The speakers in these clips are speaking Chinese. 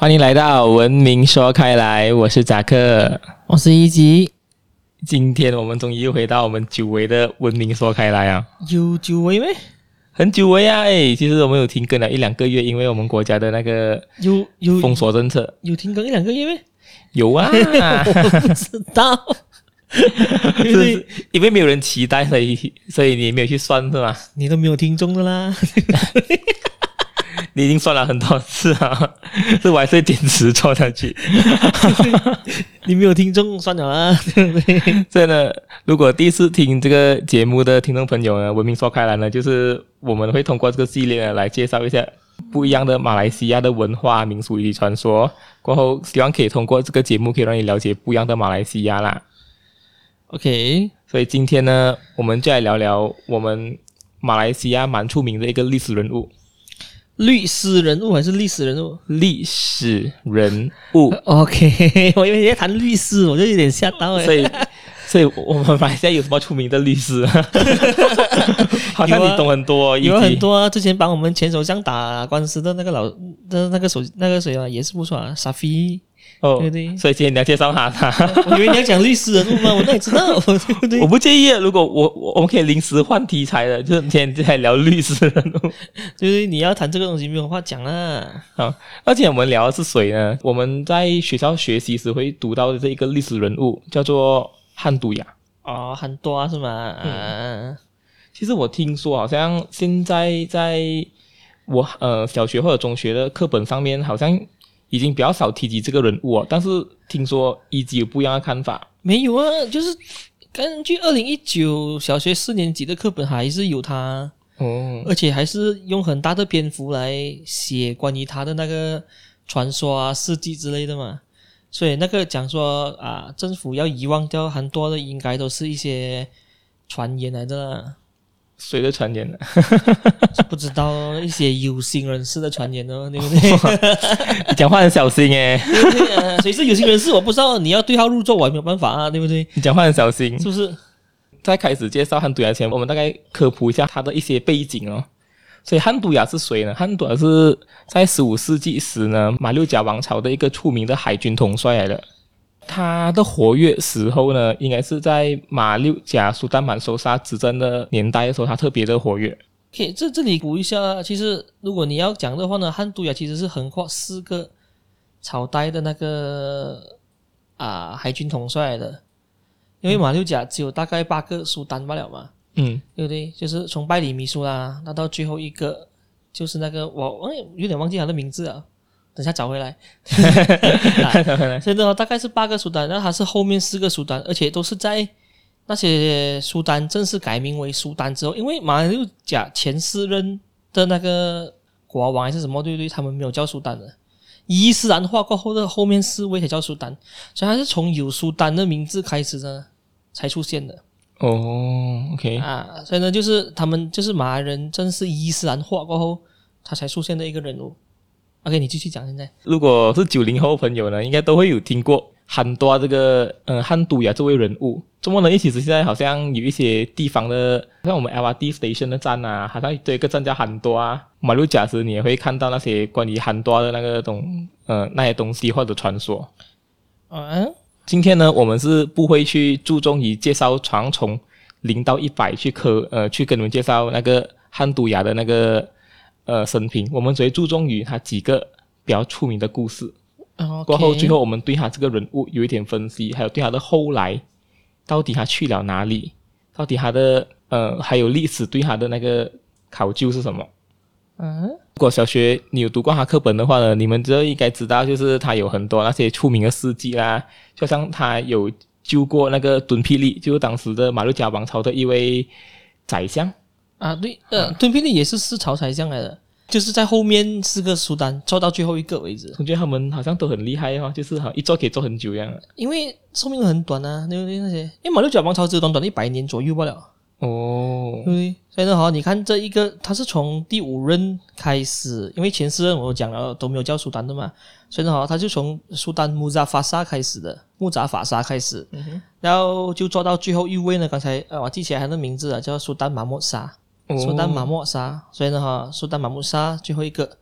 欢迎来到文明说开来，我是扎克， 我是一吉。 今天我们终于又回到我们久违的文明说开来啊！ 有久违咩？ 很久违啊！其实我们有停更了1-2个月，因为我们国家的那个封锁政策。 有停更1-2个月咩？ 有啊， 我不知道。 是因为没有人期待，所以你没有去算是吗？ 你都没有听众的啦。 你已经算了很多次啊，是我还是坚持做下去。 你没有听众算了啦，对不对？ 所以呢，如果第一次听这个节目的听众朋友呢，文明说开来呢，就是我们会通过这个系列呢来介绍一下不一样的马来西亚的文化、民俗以及传说。过后，希望可以通过这个节目可以让你了解不一样的马来西亚啦。 OK， 所以今天呢，我们就来聊聊我们马来西亚蛮出名的一个历史人物。 律师人物还是历史人物？ 历史人物。 OK， 我以为你在谈律师，我就有点吓到。 所以我们马来西亚有什么出名的律师？好像你懂很多。 有很多啊，之前帮我们前首相打官司的那个谁啊，也是不错啊，沙菲。 哦， 对对， 所以今天你要介绍他。 我以为你要讲历史人物吗？我哪里知道，对不对？ 我不介意，如果我们可以临时换题材的，就是今天就来聊律师人物。 就是你要谈这个东西没有话讲啦。 好，而且我们聊的是谁呢？我们在学校学习时会读到的这一个历史人物叫做汉都雅。 哦，很多啊，是吗？ 其实我听说好像现在在我小学或者中学的课本上面好像已经比较少提及这个人物但是听说一级有不一样的看法。 没有啊，就是根据2019小学4年级的课本还是有他而且还是用很大的篇幅来写关于他的那个传说啊、事迹之类的嘛。所以那个讲说啊，政府要遗忘掉很多的，应该都是一些传言来的啦。 谁的传言呢？ 不知道，一些有心人士的传言哦，对不对？ 你讲话很小心耶。 对不对？谁是有心人士我不知道，你要对号入座我也没有办法啊，对不对？ 你讲话很小心， 是不是？ 在开始介绍汉都雅前，我们大概科普一下他的一些背景哦。所以汉都雅是谁呢？汉都雅是在15世纪时呢，马六甲王朝的一个出名的海军统帅来的。他的活跃时候呢，应该是在马六甲苏丹满洲沙执政的年代的时候，他特别的活跃。 OK， 这里补一下，其实如果你要讲的话呢，汉都雅其实是横跨4个朝代的那个海军统帅来的，因为马六甲只有大概8个苏丹罢了嘛，对不对？就是从拜里米苏啦，那到最后一个就是那个我有点忘记他的名字了。等下找回来。所以呢，大概是8个苏丹，然后他是后面4个苏丹，而且都是在那些苏丹正式改名为苏丹之后，因为马六甲前4任的那个国王还是什么，对不对？他们没有叫苏丹的，伊斯兰化过后的后面4位才叫苏丹，所以他是从有苏丹的名字开始呢才出现的。 OK 所以呢，就是他们就是马来人正式伊斯兰化过后，他才出现的一个人物。OK， 你继续讲。现在如果是90后朋友呢，应该都会有听过汉多这个汉都雅这位人物。怎么呢？其实现在好像有一些地方的，像我们 LRT station 的站啊，好像有一个站叫汉多啊。马六甲时你也会看到那些关于汉多的那个那些东西或者传说。今天呢，我们是不会去注重于介绍从0到100去跟你们介绍那个汉都雅的那个生平，我们只会注重于他几个比较出名的故事。过后最后我们对他这个人物有一点分析，还有对他的后来到底他去了哪里，到底他的还有历史对他的那个考究是什么。如果小学你有读过他课本的话呢，你们就应该知道，就是他有很多那些出名的事迹啦，就像他有救过那个敦霹雳，就是当时的马六甲王朝的一位宰相。 对，敦霹雳也是4朝宰相来的，就是在后面4个苏丹做到最后一个为止。 我觉得他们好像都很厉害就是一做可以做很久一样。 因为寿命很短啊，对不对？那些因为马六甲王朝只有短短100年左右罢了。对不对？所以呢，你看这一个，他是从第5任开始，因为前4任我讲了都没有叫苏丹的嘛，所以呢，他就从苏丹穆扎法沙开始的，然后就做到最后一位呢。刚才我记起来他的名字叫苏丹马莫沙。苏丹马莫沙，所以呢苏丹马莫沙最后一个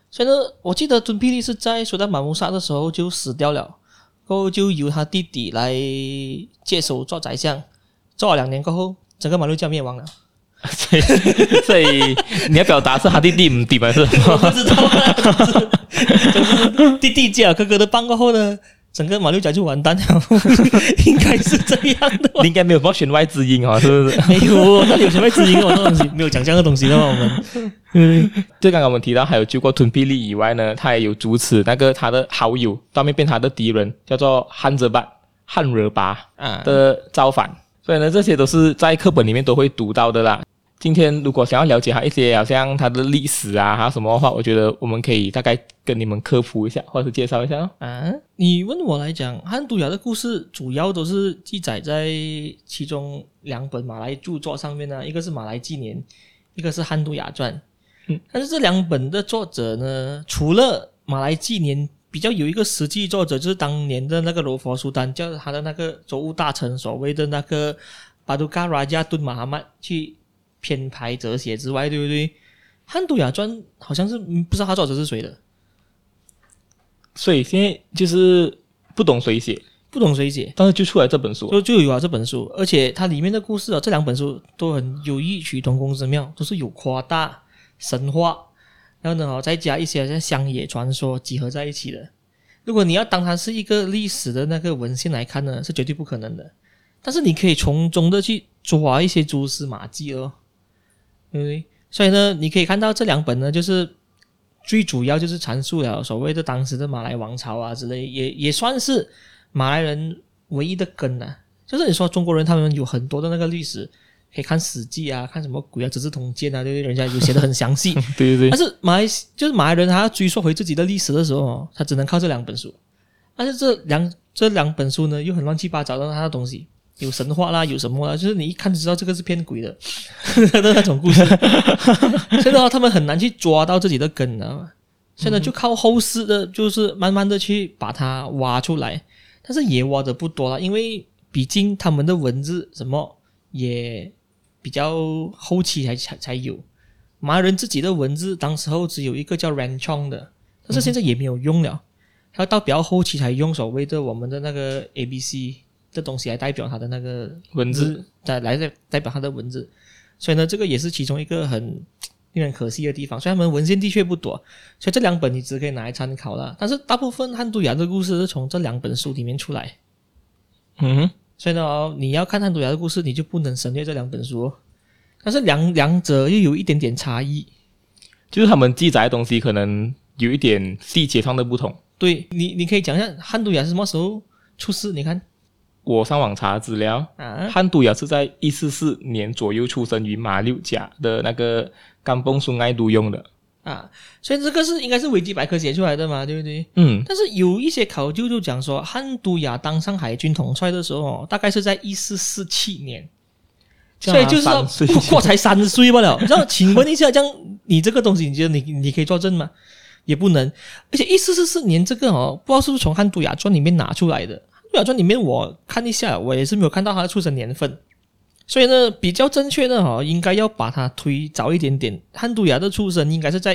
所以呢，我记得敦霹雳是在苏丹马穆萨的时候就死掉了，过后就由他弟弟来接手做宰相，做了2年过后，整个马六甲灭亡了。 所以你要表达是他弟弟唔掂还是什么？ 我不知道啊，就是弟弟接了哥哥的棒过后呢，整个马六甲就完蛋了，应该是这样的。 你应该没有报弦外之音是不是？ 没有，那里有弦外之音这东西，没有讲这样的东西的嘛，我们。 就刚刚我们提到，还有救过敦霹雳以外呢，他也有阻止那个他的好友到面变他的敌人，叫做汉惹巴的造反。所以呢，这些都是在课本里面都会读到的啦。今天如果想要了解他一些好像他的历史啊还有什么的话，我觉得我们可以大概跟你们科普一下或者介绍一下你问我来讲，汉都雅的故事主要都是记载在其中2本马来著作上面呢，一个是马来纪年，一个是汉都雅传。但是这2本的作者呢，除了马来纪年比较有一个实际作者，就是当年的那个罗佛苏丹叫他的那个州务大臣，所谓的那个巴杜嘎拉加顿马哈曼去编排折写之外，对不对？汉都雅传好像是不知道他作者是谁的， 所以现在就是不懂谁写，但是就出来这本书， 就有这本书，而且它里面的故事这2本书都很有异曲同工之妙，都是有夸大神话，然后呢再加一些像乡野传说集合在一起的。如果你要当它是一个历史的那个文献来看呢，是绝对不可能的。但是你可以从中的去抓一些蛛丝马迹哦，对不对？所以呢，你可以看到这2本呢，就是最主要就是阐述了所谓的当时的马来王朝啊之类，也算是马来人唯一的根啊。就是你说中国人他们有很多的那个历史，可以看史记啊，看什么鬼啊，资治通鉴啊，对不对？人家有写得很详细。 对对对。 但是马来人他要追溯回自己的历史的时候，他只能靠这2本书。但是这两本书呢，又很乱七八糟的他的东西。有神话啦，有什么啦，就是你一看就知道这个是骗鬼的的那种故事。所以呢，他们很难去抓到自己的根啊。所以呢，就靠后世的，就是慢慢的去把它挖出来，但是也挖的不多啦，因为毕竟他们的文字什么也比较后期才有。马来人自己的文字，当时候只有一个叫 Ranchong 的，但是现在也没有用了，要到比较后期才用所谓的我们的那个 ABC。这东西来代表它的那个文字， 来代表它的文字，所以呢，这个也是其中一个很令人可惜的地方。所以他们文献的确不多，所以这2本你只可以拿来参考了。但是大部分汉都雅的故事是从这2本书里面出来。所以呢，你要看汉都雅的故事，你就不能省略这2本书。但是两者又有一点点差异， 就是他们记载的东西可能有一点细节上的不同。 对，你可以讲一下汉都雅是什么时候出世？你看。 我上网查资料，汉都雅是在144年左右出生于马六甲的那个甘榜sungai都用的所以这个是应该是维基百科写出来的嘛，对不对？但是有一些考究就讲说，汉都雅当上海军统帅的时候，大概是在1447年，所以就是不过才3岁罢了。然后请问一下，这样你这个东西，你觉得你可以作证吗？也不能。而且1444年这个不知道是不是从汉都雅传里面拿出来的。汉都雅传里面我看一下，我也是没有看到他的出生年份，所以呢，比较正确的应该要把它推早一点点。汉都雅的出生应该是在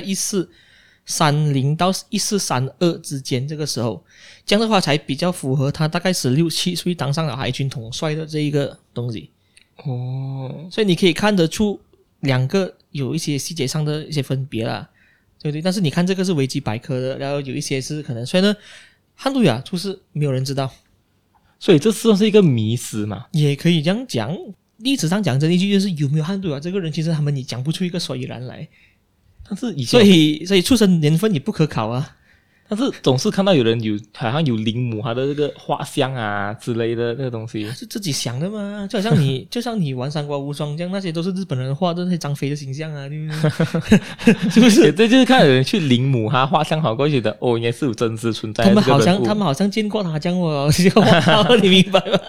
1430到1432之间，这个时候，这样的话才比较符合他大概16、17岁当上了海军统帅的这一个东西。所以你可以看得出2个有一些细节上的一些分别啦，对不对？但是你看这个是维基百科的，然后有一些是可能，所以呢，汉都雅出世没有人知道。 所以这算是一个迷思嘛？ 也可以这样讲。历史上讲真一句，就是有没有汉都雅这个人，其实他们也讲不出一个所以然来。 但是所以出生年份也不可考啊。 但是总是看到有人好像有临摹他的这个画像啊之类的那个东西， 是自己想的嘛？就好像你就像你玩三国无双这样，那些都是日本人画的那些张飞的形象啊，对不对？是不是？ 对，就是看有人去临摹他画像，好过觉得应该是有真实存在的。 他们好像见过他这样你明白吗？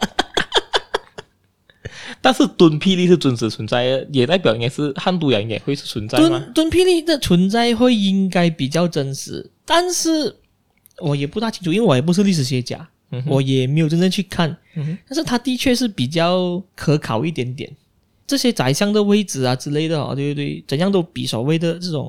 但是敦霹雳是真实存在的，也代表应该是汉都雅应该会是存在吗？ 敦霹雳的存在会应该比较真实，但是我也不大清楚，因为我也不是历史学家，我也没有真正去看。但是它的确是比较可考一点点，这些宰相的位置啊之类的对不对？怎样都比所谓的这种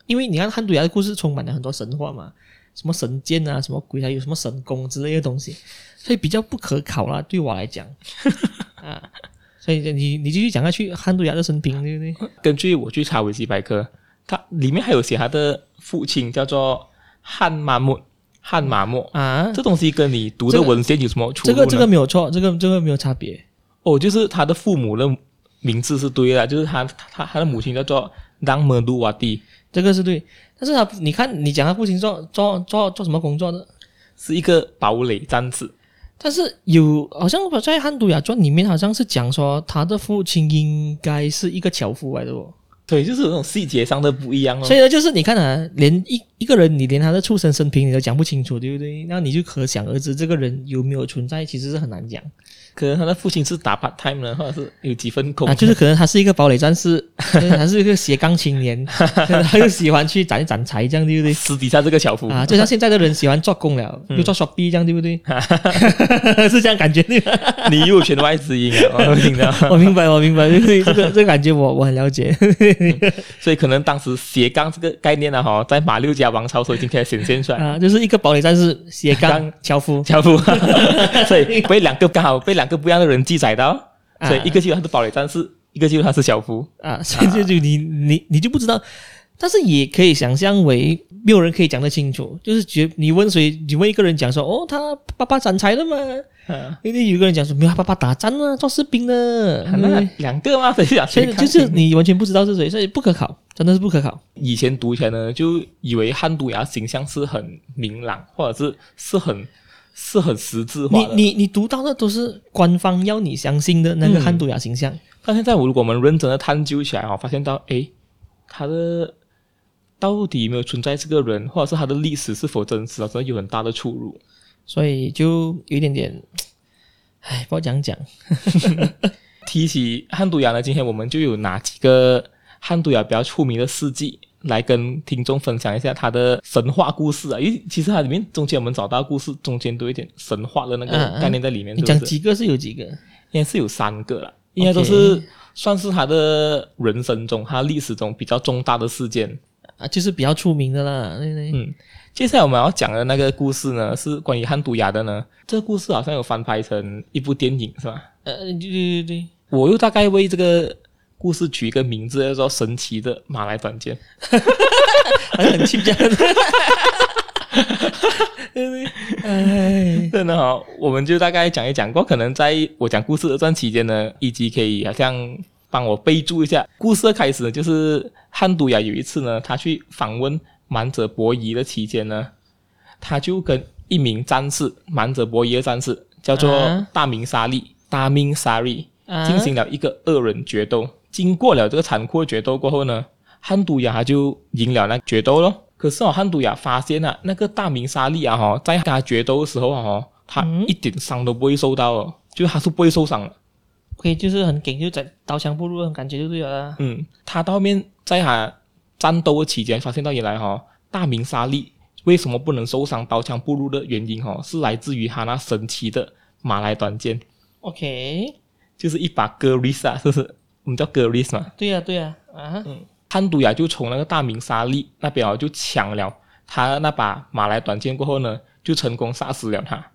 因为你看汉都雅的故事充满了很多神话嘛，什么神剑啊，什么鬼，还有什么神功之类的东西，所以比较不可考啦，对我来讲啊。所以你继续讲下去，汉都雅的生平，对不对？ 根据我去查维基百科，它里面还有写他的父亲叫做汉麻木啊， 这东西跟你读的文献有什么出入呢？ 这个没有错，这个没有差别。 哦，就是他的父母的名字是对的，就是他的母亲叫做当mer杜瓦蒂， 这个是对。但是你看你讲他父亲做什么工作的？ 是一个堡垒战士。 但是好像在《汉都雅传》里面好像是讲说他的父亲应该是一个樵夫来的哦。 对，就是有那种细节上的不一样哦。 所以呢，就是你看啊，连一个人，你连他的出生生平你都讲不清楚，对不对？那你就可想而知，这个人有没有存在，其实是很难讲。 可能他的父亲是打 part time 呢，或者是有几份工啊，就是可能他是一个堡垒战士，他是一个斜杠青年，他就喜欢去斩财这样，对不对？ 私底下这个樵夫啊，就像现在的人喜欢做工了，又做 Shopee 这样，对不对？是这样感觉对吧？ 你又有弦外之音啊，我听到。 我明白，对这个感觉我很了解。 所以可能当时斜杠这个概念啊，在马六甲王朝时候已经开始显现出来啊，就是一个堡垒战士斜杠樵夫， 所以被两个不一样的人记载到，所以一个记得他是堡垒战士，一个记得他是樵夫啊，所以就你就不知道，但是也可以想象为没有人可以讲得清楚，就是你问谁，你问一个人讲说哦，他爸爸斩财了嘛，因为有一个人讲说没有，他爸爸打仗啊，做士兵的， 那两个嘛，所以就是你完全不知道是谁，所以不可考，真的是不可考。 以前读起来呢，就以为汉都雅形象是很明朗，或者是很实质化的。 你读到的都是官方要你相信的那个汉都雅形象。 但现在如果我们认真的探究起来发现到他的到底有没有存在这个人，或者是他的历史是否真实，真的有很大的出入。 所以就有一点点，不知道讲。 提起汉都雅呢，今天我们就有哪几个汉都雅比较出名的事迹来跟听众分享一下他的神话故事啊，因为其实它里面中间我们找到故事中间都有一点神话的那个概念在里面。 你讲几个是有几个？ 应该是有3个啦，应该都是算是他的人生中、他历史中比较重大的事件啊，就是比较出名的啦。对。 接下来我们要讲的那个故事呢，是关于汉都雅的呢。这个故事好像有翻拍成一部电影，是吧？ 对。我又大概为这个故事取一个名字，叫做《神奇的马来短剑》， 好像很亲切。 真的我们就大概讲一讲过。可能在我讲故事的这段期间呢，以及可以好像帮我备注一下。故事的开始呢，就是汉都雅有一次呢，他去访问满者伯夷的期间呢，他就跟一名战士，满者伯夷的战士叫做大明沙利进行了一个2人决斗。经过了这个残酷的决斗过后呢，汉都雅他就赢了那决斗咯。可是汉都雅发现那个大明沙利在跟他决斗的时候他一点伤都不会受到就是他是不会受伤的。 OK， 就是很紧，就在刀枪不入的感觉就对了。 他到后面在他战斗的期间发现到原来大明沙利为什么不能受伤刀枪不入的原因是来自于他那神奇的马来短剑。 OK， 就是一把格里斯是不是？我们叫格里斯嘛。 对啊汉都雅就从那个大明沙利那边就抢了他那把马来短剑过后呢，就成功杀死了他。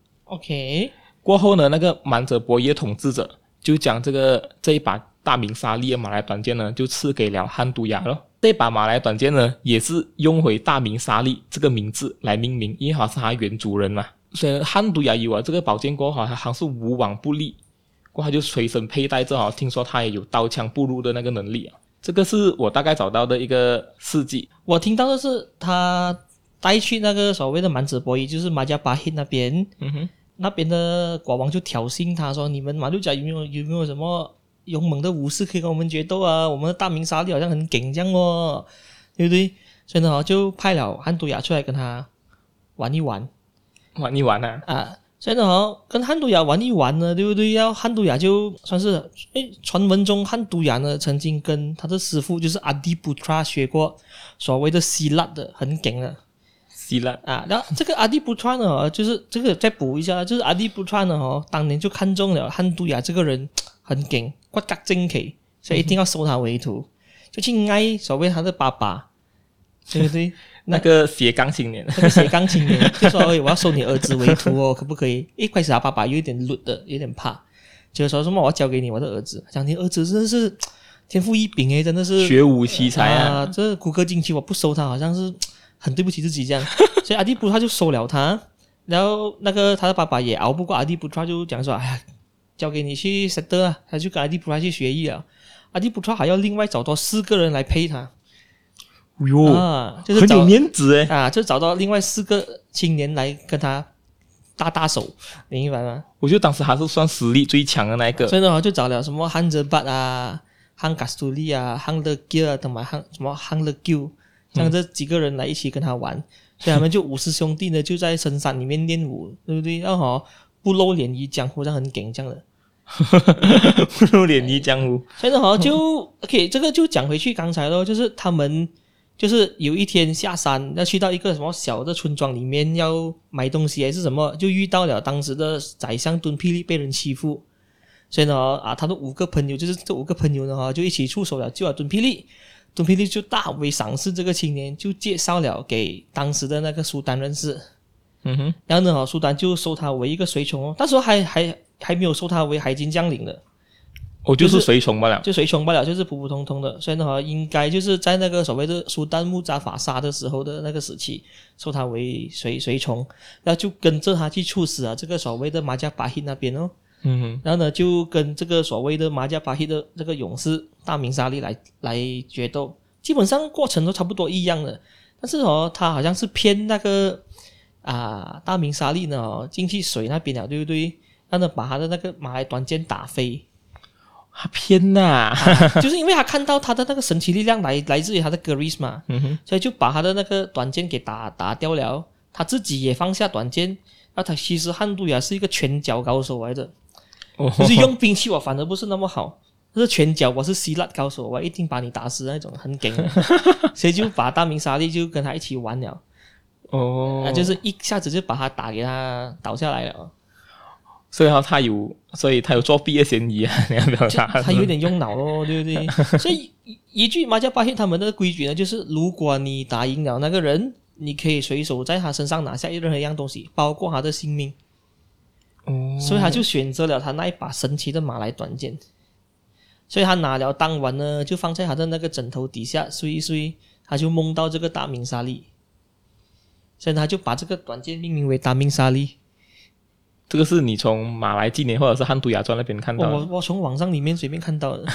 OK， 过后呢，那个满者伯夷统治者就将这一把大明沙利的马来短剑呢，就赐给了汉都雅了。这把马来短剑呢，也是用回大明沙利这个名字来命名，因为他是他原主人嘛。所以汉都雅有了这个宝剑过后，他好像是无往不利，过后他就随身佩戴着听说他也有刀枪不入的那个能力。这个是我大概找到的一个事迹。 我听到的是他带去那个所谓的满者伯夷，就是马加巴黑那边，那边的国王就挑衅他说：“你们马六甲有没有什么勇猛的武士可以跟我们决斗啊？我们的大明沙利好像很劲这样哦，对不对？”所以呢，就派了汉都雅出来跟他玩一玩啊。所以呢，跟汉都雅玩一玩呢，对不对？汉都雅就算是传闻中汉都雅呢曾经跟他的师傅就是阿迪布特拉学过所谓的希腊的很劲的希腊啊。然后这个阿迪布特呢，就是这个再补一下，就是阿迪布特呢当年就看中了汉都雅这个人很劲，骨骼精奇，所以一定要收他为徒，就去挨所谓他的爸爸对不对？ 那个斜杠青年， 那个斜杠青年就说：“我要收你儿子为徒哦，可不可以？”一开始他爸爸有一点鲁的，有点怕，就说什么我要交给你我的儿子，讲你儿子真的是天赋异禀诶，真的是学武奇才啊！ 这骨骼惊奇，我不收他，好像是很对不起自己这样，所以阿蒂布他就收了他，然后那个他的爸爸也熬不过阿蒂布，他就讲说：“哎呀，交给你去 settle 啊！”他就跟阿蒂布他去学艺了，阿蒂布他还要另外找多4个人来陪他。就是很有面子诶就找到另外4个青年来跟他搭手，你明白吗？ 我觉得当时还是算实力最强的那一个， 所以呢，就找了什么汉泽巴啊、汉卡斯图利啊、汉勒吉啊，同埋什么汉勒吉，像这几个人来一起跟他玩，所以他们就50兄弟呢就在深山里面练武，对不对？然后不露脸于江湖，这样很劲这样的。 不露脸于江湖， 所以呢，就 OK， 这个就讲回去刚才咯，就是他们。就是有一天下山要去到一个什么小的村庄里面要买东西还是什么，就遇到了当时的宰相敦霹雳被人欺负，所以呢他的5个朋友，就是这5个朋友呢就一起出手了救了敦霹雳，敦霹雳就大为赏识这个青年，就介绍了给当时的那个苏丹认识，然后呢苏丹就收他为一个随从哦，那时候还没有收他为海军将领的。 就是随从罢了， 就随从罢了，就是普普通通的，所以呢，应该就是在那个所谓的苏丹木扎法沙的时候的那个时期，收他为随从，然后就跟着他去处死这个所谓的马加巴希那边哦，然后呢，就跟这个所谓的马加巴希的这个勇士大明沙利来决斗，基本上过程都差不多一样的，但是他好像是骗那个大明沙利呢进去水那边了，对不对？然后呢，把他的那个马来短剑打飞。 他骗呐， 就是因为他看到他的那个神奇力量来自于他的 charisma，所以就把他的那个短剑给打掉了，他自己也放下短剑。那他其实汉都雅是一个拳脚高手来的，就是用兵器我反而不是那么好，就是拳脚我是希腊高手，我一定把你打死那种很梗的，所以就把大明沙利就跟他一起玩了，就是一下子就把他打给他倒下来了。 所以他有作弊的嫌疑啊！你要不要他有点用脑咯，对不对？所以依据马加巴希他们的规矩呢，就是如果你打赢了那个人，你可以随手在他身上拿下任何一样东西，包括他的性命。所以他就选择了他那一把神奇的马来短剑。所以他拿了当晚呢，就放在他的那个枕头底下睡一睡，他就梦到这个大明沙利，所以他就把这个短剑命名为大明沙利。 这个是你从马来纪年或者是汉都雅传那边看到的？ 我从网上里面随便看到的。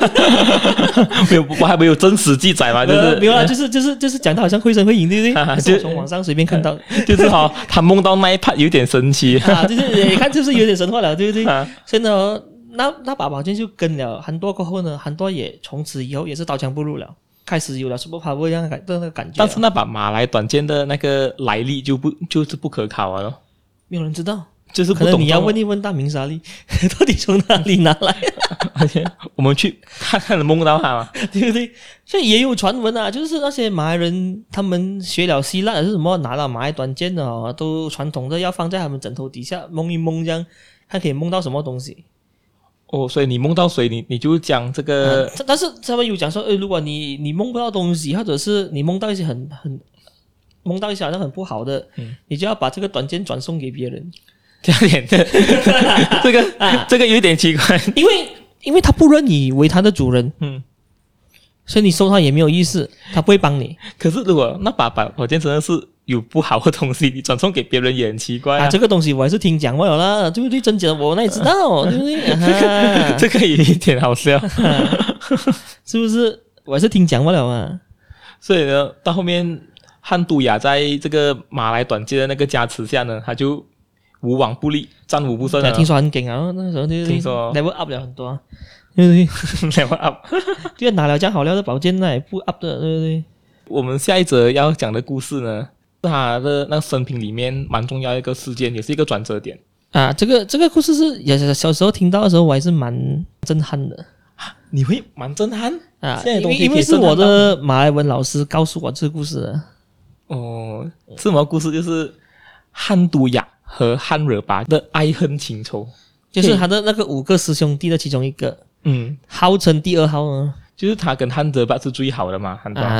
我还没有真实记载嘛？ 没有啦，就是讲的好像绘声绘影，对不对？就从网上随便看到的， 就是他梦到那一 part 有点神奇就是你看就是有点神话了，对不对？所以呢，那把宝剑就跟了韩多过后呢，韩多也从此以后也是刀枪不入了，开始有了 super power 一样的那个感觉。 但是那把马来短剑的那个来历就是不可考了咯， 没有人知道。 就是不可能你要问一问大明沙利到底从哪里拿来而且我们去看看能梦到他嘛， 对不对？所以也有传闻就是那些马来人他们学了希腊还是什么，拿了马来短剑都传统的要放在他们枕头底下蒙一蒙，这样看可以蒙到什么东西。 所以你梦到谁你就讲这个但是他们有讲说如果你梦不到东西，或者是你梦到一些梦到一些好像很不好的，你就要把这个短剑转送给别人。 这样点这个有点奇怪， 因为他不认你为他的主人，所以你收他也没有意思，他不会帮你。 可是如果那把宝剑真的是有不好的东西，你转送给别人也很奇怪这个东西我还是听讲过了啦，对不对？真假我哪里知道，对不对？ 这个有一点好笑， 是不是？我还是听讲过了嘛。 所以呢，到后面汉都雅在这个马来短剑的那个加持下呢，他就无往不利，战无不胜听说很劲那时候就听说 level up 了很多对不对 ？level up， 就拿了这样好料的宝剑，那也不 up 的，对不对？ 我们下一则要讲的故事呢，是他的那生平里面蛮重要的一个事件，也是一个转折点这个故事是也小时候听到的时候，我还是蛮震撼的。 你会蛮震撼因为是我的马来文老师告诉我这个故事的。 是什么故事？就是汉都雅和汉惹巴的爱恨情仇， 就是他的那个5个师兄弟的其中一个，号称第2号呢， 就是他跟汉惹巴是最好的嘛，汉多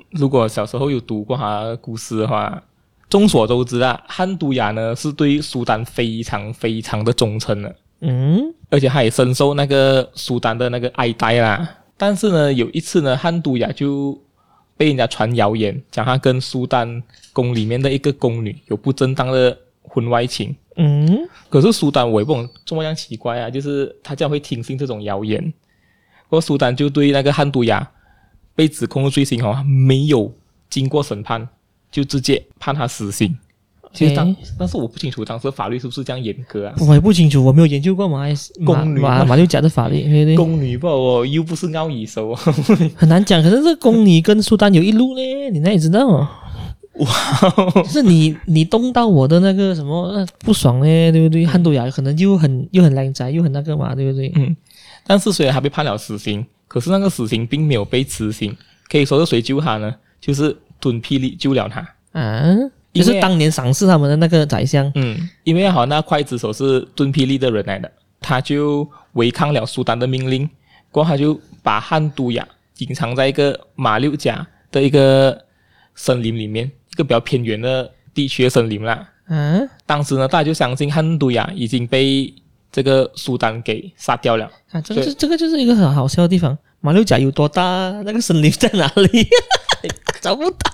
如果小时候有读过他的故事的话，众所周知啊，汉都雅呢是对苏丹非常非常的忠诚的，而且他也深受那个苏丹的那个爱戴啦。但是呢，有一次呢，汉都雅就被人家传谣言，讲他跟苏丹宫里面的一个宫女有不正当的婚外情。可是苏丹我也不懂这么样奇怪啊，就是他这样会听信这种谣言。过苏丹就对那个汉都雅被指控的罪行没有经过审判，就直接判他死刑。其实但是我不清楚当时法律是不是这样严格啊？ 我也不清楚，我没有研究过马六甲的法律。对对， 宫女吧，又不是奥乙手， 很难讲。可是这宫女跟苏丹有一路呢，你哪里知道？哇！是你动到我的那个什么不爽呢，对不对？汉都雅可能又很靓仔，又很那个嘛，对不对？ 但是虽然他被判了死刑，可是那个死刑并没有被执行。可以说是谁救他呢？就是敦霹雳救了他啊！就是当年赏识他们的那个宰相。 因为那刽子手是敦霹雳的人来的，他就违抗了苏丹的命令，过后他就把汉都雅隐藏在一个马六甲的一个森林里面，一个比较偏远的地区的森林啦。当时呢，大家就相信汉都雅已经被这个苏丹给杀掉了。 这个就是一个很好笑的地方。马六甲有多大？那个森林在哪里？找不到。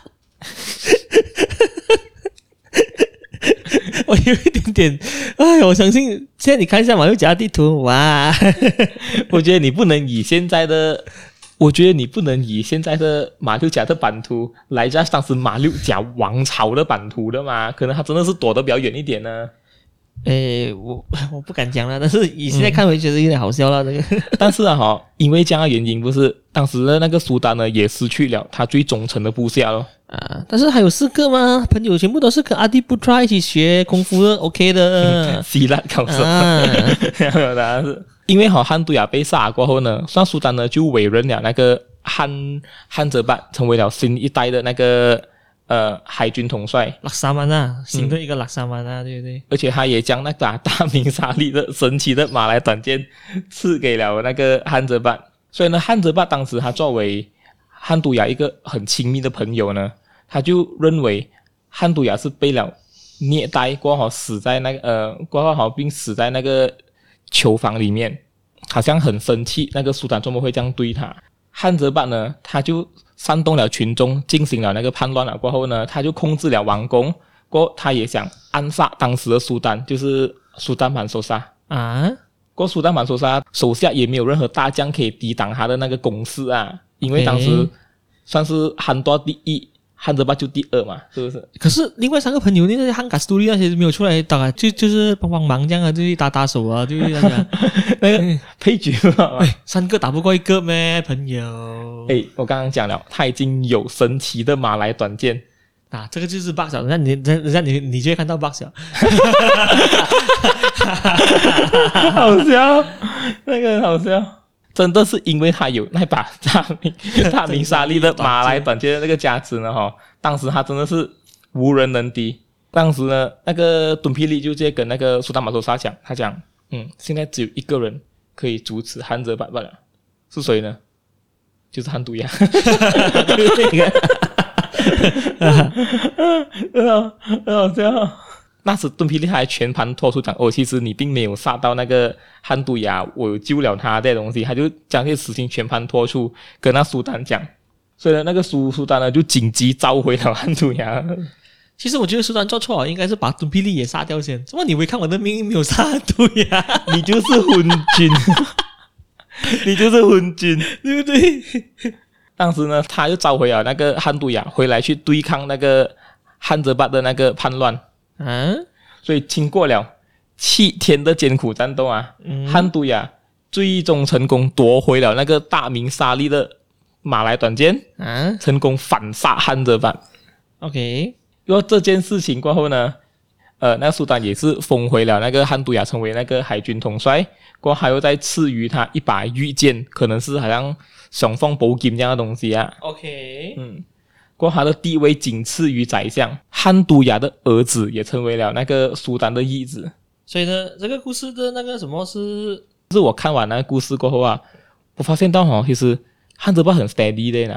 我有一点点，我相信现在你看一下马六甲的地图，哇！ 我觉得你不能以现在的马六甲的版图来加当时马六甲王朝的版图的嘛，可能它真的是躲得比较远一点呢。 我不敢讲了，但是以现在看回觉得有点好笑了。这个， 但是因为这样的原因，不是当时的那个苏丹呢也失去了他最忠诚的部下咯。 但是还有4个吗？朋友全部都是跟阿迪布特一起学功夫的 ，OK 的。 希腊高手。当然是因为汉都雅被杀过后呢，苏丹呢就委任了那个汉泽巴成为了新一代的那个海军统帅拉萨曼啊，新的一个拉萨曼啊，对不对？ 而且他也将那把大明沙利的神奇的马来短剑赐给了那个汉泽巴。所以呢，汉泽巴当时他作为汉都雅一个很亲密的朋友呢，他就认为汉都雅是被了虐待过后死在那个并死在那个囚房里面，好像很生气那个苏丹怎么会这样对他。汉泽巴呢，他就煽动了群众，进行了那个叛乱了过后呢，他就控制了王宫，过后他也想暗杀当时的苏丹，就是苏丹曼索沙啊。 过苏丹曼索沙手下也没有任何大将可以抵挡他的那个攻势啊，因为当时算是汉多第一，汉泽巴就第2嘛，是不是？ 可是另外3个朋友那些汉卡斯杜利那些没有出来打，就是帮忙这样啊，就是打手啊，就是那个那个配角嘛。 3个打不过1个咩，朋友？ 我刚刚讲了，他已经有神奇的马来短剑。 这个就是 bug 小，人家你就会看到 bug 小。 好笑，那个好笑。真的是因为他有那把大明沙利的马来短剑的那个加持呢，当时他真的是无人能敌。当时呢，那个敦霹雳就直接跟那个苏丹马索沙讲，他讲，现在只有一个人可以阻止汉泽巴罢了，是谁呢？就是汉都雅。很好笑。那时敦霹雳还全盘托出讲，其实你并没有杀到那个汉都雅，我有救了他这些东西，他就将这些事情全盘托出，跟那苏丹讲。所以呢，那个苏丹呢就紧急召回了汉都雅。 其实我觉得苏丹做错了，应该是把敦霹雳也杀掉先。怎么你违抗我的命令没有杀汉都雅？ 你就是昏君。你就是昏君， 对不对？ 当时呢，他就召回了那个汉都雅回来去对抗那个汉泽巴的那个叛乱。所以经过了7天的艰苦战斗汉都雅最终成功夺回了那个大明沙利的马来短剑，成功反杀汉泽巴。 OK， 因为这件事情过后呢，那个苏丹也是封回了那个汉都雅成为那个海军统帅，过后还又再赐予他一把御剑，可能是好像雄风宝剑这样的东西啊。 OK， 过后他的地位仅次于宰相。汉都雅的儿子也成为了那个苏丹的义子。 所以呢，这个故事的那个什么是我看完那个故事过后我发现到其实汉泽巴很 steady 的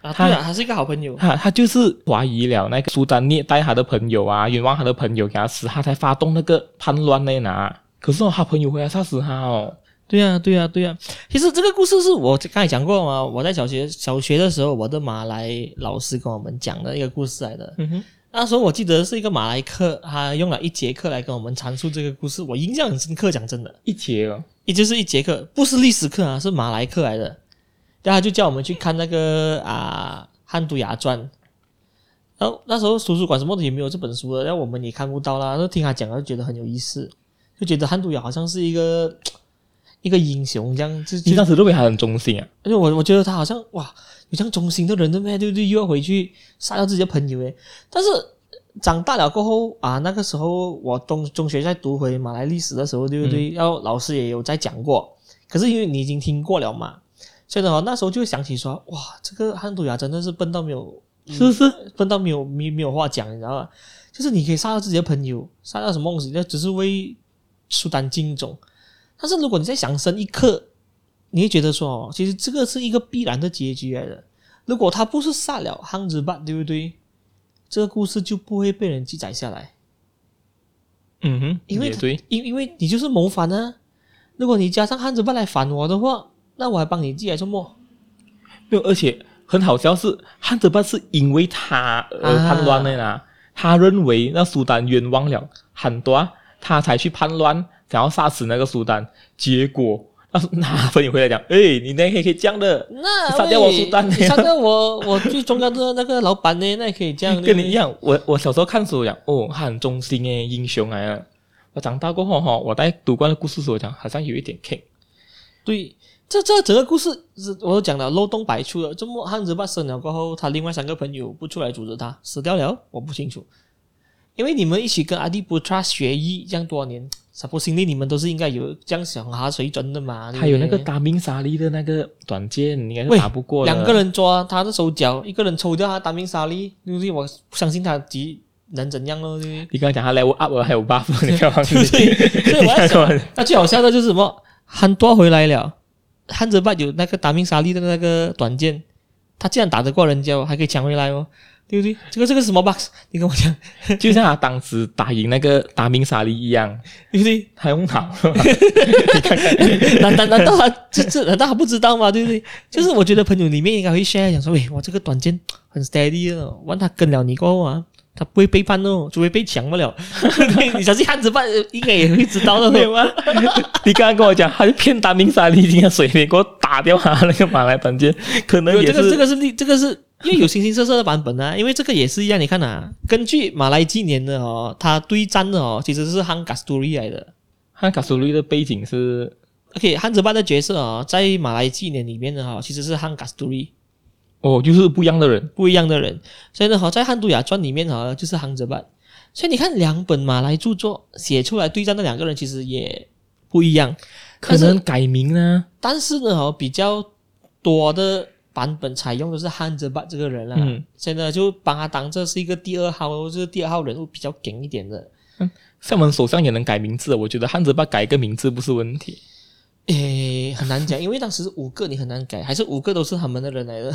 啊，对啊，他是一个好朋友。 他就是怀疑了那个苏丹虐待他的朋友啊，冤枉他的朋友给他死，他才发动那个叛乱那拿。可是他朋友回来杀死他哦。 对啊。其实这个故事是我刚才讲过嘛，我在小学的时候，我的马来老师跟我们讲的一个故事来的。那时候我记得是一个马来课，他用了1节课来跟我们阐述这个故事，我印象很深刻。讲真的， 一节哦， 也就是1节课，不是历史课啊，是马来课来的。然后他就叫我们去看那个汉都雅传。然后那时候图书馆什么的也没有这本书的，然后我们也看不到啦。就听他讲，就觉得很有意思，就觉得汉都雅好像是一个英雄这样。 你当时认为他很忠心啊？ 因为我觉得他好像哇，有这样忠心的人的咩？对不对？又要回去杀掉自己的朋友诶。但是长大了过后那个时候我中学在读回马来历史的时候，对不对？然后老师也有在讲过，可是因为你已经听过了嘛。所以呢，那时候就会想起说，哇，这个汉都雅真的是笨到没有，笨到没有话讲，你知道吗？就是你可以杀掉自己的朋友，杀掉什么东西，那只是为苏丹尽忠。但是如果你再想深一刻，你会觉得说，其实这个是一个必然的结局来的。如果他不是杀了汉子巴，对不对？这个故事就不会被人记载下来。因为对， 因为你就是谋反啊。如果你加上汉子巴来反我的话，那我还帮你记来做么？ 没有，而且很好笑是汉德巴是因为他叛乱的啦，他认为那苏丹冤枉了很多，他才去叛乱，想要杀死那个苏丹。结果那朋友回来讲，你那可以这样的， 那杀掉我苏丹， 杀掉我最重要的那个老板呢？那也可以这样。 跟你一样，我小时候看书讲，他很忠心诶，英雄来了。我长大过后我在读过的故事时候讲，好像有一点 king。 对。这整个故事我都讲了漏洞百出了。这么汉子巴生了过后，他另外3个朋友不出来阻止他，死掉了，我不清楚。因为你们一起跟阿迪布特学艺这样多年 ，supposedly 你们都是应该有这样想哈水准的嘛。 还有那个达明沙利的那个短剑，应该是打不过的。 2个人抓他的手脚，一个人抽掉他达明沙利，对不对？我相信他能怎样咯？对不对？ 你刚才讲他 level up 了，还有 buff， 你不要忘记。 对，所以我在想，那最好笑的就是什么？汉多回来了。汉泽巴有那个达明沙利的那个短剑，他竟然打得过人家还可以抢回来哦，对不对？这个是什么 box？ 你跟我讲， 就像他当时打赢那个达明沙利一样， 对不对？ 他用脑，你看看， 难道难道他不知道吗？对不对？就是我觉得朋友里面应该会 share 讲说，我这个短剑很 steady 的，万他跟了你过后他不会背叛哦，除非被抢不了。你相信汉子巴应该也会知道的，对吗？ 你刚刚跟我讲，他就骗达明沙利，已经在水里给我打掉他那个马来短剑，可能也是这个是因为有形形色色的版本啊，因为这个也是一样，你看根据马来纪年的他对战的其实是汉卡斯图利来的。 汉卡斯图利的背景是 OK， 汉泽巴的角色在马来纪年里面的其实是汉卡斯图利。 就是不一样的人， 所以呢，在汉都雅传里面就是汉泽巴。所以你看2本马来著作写出来对战的2个人其实也不一样， 可能改名呢。 但是呢，比较多的版本采用的是汉泽巴这个人所以呢就把他当这是一个第2号，就是第2号人物比较梗一点的。 像我们首相也能改名字，我觉得汉泽巴改一个名字不是问题。 很难讲，因为当时是5个，你很难改，还是5个都是他们的人来的。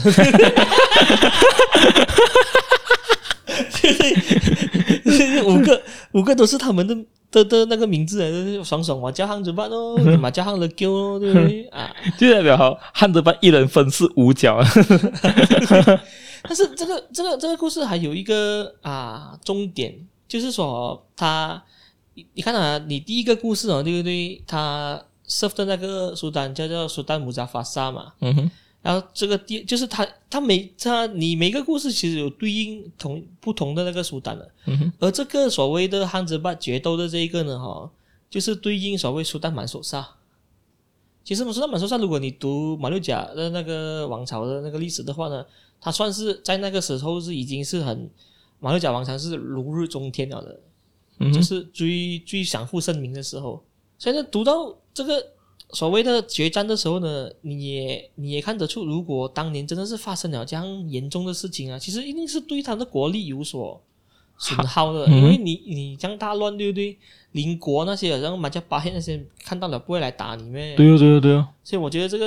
就是五个都是他们的那个名字来的，爽我叫汉泽巴哦，马叫汉勒丢哦，对不对就代表汉泽巴一人分饰5角。 但是这个故事还有一个重点，就是说你看你第一个故事对不对？他serve 的那个苏丹叫苏丹姆扎法萨嘛，然后这个就是你每个故事其实有对应不同的那个苏丹的，而这个所谓的汉泽巴决斗的这一个呢就是对应所谓苏丹满手萨。其实苏丹满手萨，如果你读马六甲的那个王朝的那个历史的话呢，他算是在那个时候已经是马六甲王朝是如日中天了的，就是最享负盛名的时候。所以呢，读到这个所谓的决战的时候呢，你也看得出，如果当年真的是发生了这样严重的事情其实一定是对他的国力有所损耗的，因为你这样大乱，对不对？邻国那些好像马加巴黑那些看到了不会来打你咩？ 对哦。 所以我觉得这个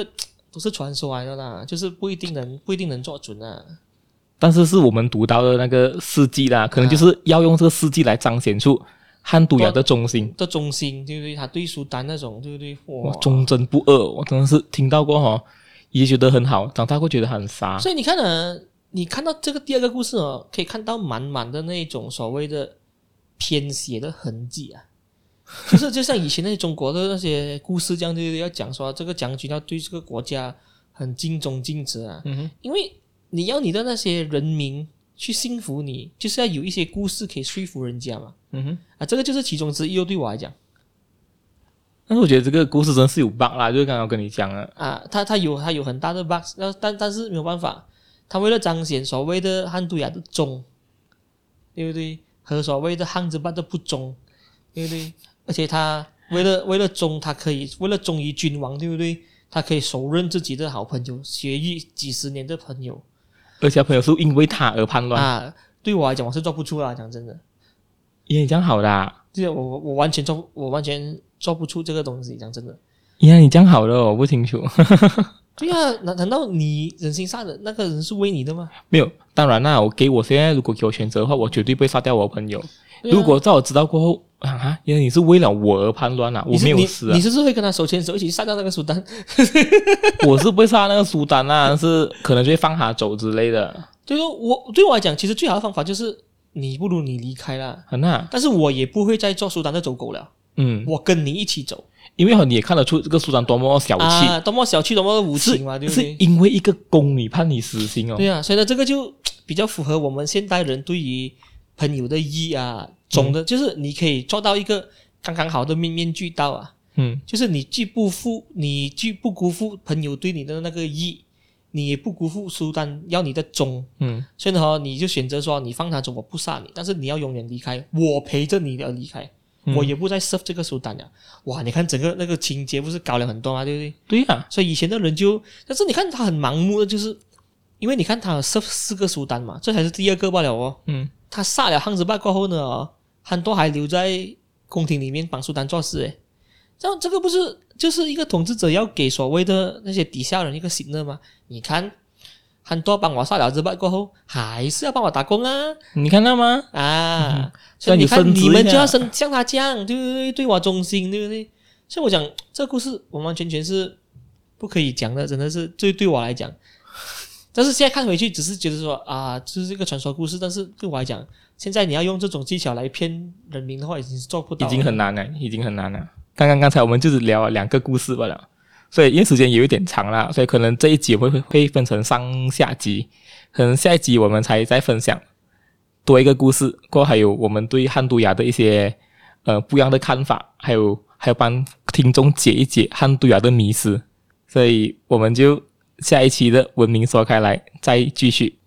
都是传说来的啦，就是不一定能做准啊。 但是是我们读到的那个事迹啦，可能就是要用这个事迹来彰显出汉都雅的忠心， 对不对？他对苏丹那种，对不对？ 哇，忠贞不二，我真的是听到过哈，也觉得很好，长大过觉得很傻。 所以你看啊，你看到这个第二个故事哦，可以看到满满的那种所谓的偏写的痕迹啊。就像以前那些中国的那些故事这样，对不对？要讲说这个将军要对这个国家很尽忠尽责啊，因为你要你的那些人民去信服你，就是要有一些故事可以说服人家嘛。这个就是其中之一哦，对我来讲。 但是我觉得这个故事真是有 bug 啦，就是刚刚跟你讲了啊，他有很大的 bug， 但是没有办法，他为了彰显所谓的汉都雅的忠，对不对？和所谓的汉字八的不忠，对不对？而且他为了忠，他可以为了忠于君王，对不对？他可以手刃自己的好朋友，血狱几十年的朋友， 而且朋友是因为他而叛乱啊。对我来讲，我是做不出啦，讲真的。 也这样好的啊， 对我完全做不出这个东西，讲真的。 你这样好的我不清楚。 对啊，难道你忍心杀的那个人是为你的吗？ 没有，当然啦，我现在如果给我选择的话，我绝对不会杀掉我的朋友。如果在我知道过后原来你是为了我而叛乱啊，我没有死啊。 你是不是会跟他手牵手一起杀掉那个苏丹？ 我是不会杀那个苏丹啊，但是可能就会放他走之类的。 对我来讲，其实最好的方法就是你不如你离开啦。但是我也不会再做苏丹的走狗了。我跟你一起走。 因为你也看得出这个苏丹多么小气， 多么小气，多么无情嘛，对不对？ 是因为一个宫女判你死刑哦。 对啊，所以呢，这个就比较符合我们现代人对于朋友的义啊，总的就是你可以做到一个刚刚好的面面俱到啊。就是你既不辜负朋友对你的那个义，你也不辜负苏丹要你的忠。所以呢，你就选择说你放他走，我不杀你，但是你要永远离开，我陪着你而离开。我也不再 serve 这个苏丹了。哇，你看整个那个情节不是高了很多吗？对不对？ 对啊， 所以以前的人但是你看他很盲目的，就是因为你看他有 serve 4个苏丹嘛，这才是第2个罢了哦。他杀了汉子巴过后呢，很多还留在宫廷里面帮苏丹做事诶。这个不是就是一个统治者要给所谓的那些底下人一个信任吗？你看。很多帮我杀了之败过后，还是要帮我打工啊！ 你看到吗？ 所以你看，你们就要像他这样，对不对？对我忠心，对不对？所以我讲这个故事完完全全是不可以讲的，真的是对我来讲。但是现在看回去，只是觉得说这是一个传说故事，但是对我来讲，现在你要用这种技巧来骗人民的话，已经是做不到了， 已经很难了。刚才我们就是聊了2个故事罢了。所以因为时间有一点长了，所以可能这一集会分成上下集，可能下一集我们才再分享多一个故事，过后还有我们对汉都雅的一些不一样的看法，还有帮听众解一解汉都雅的迷思，所以我们就下一期的文明说开来再继续。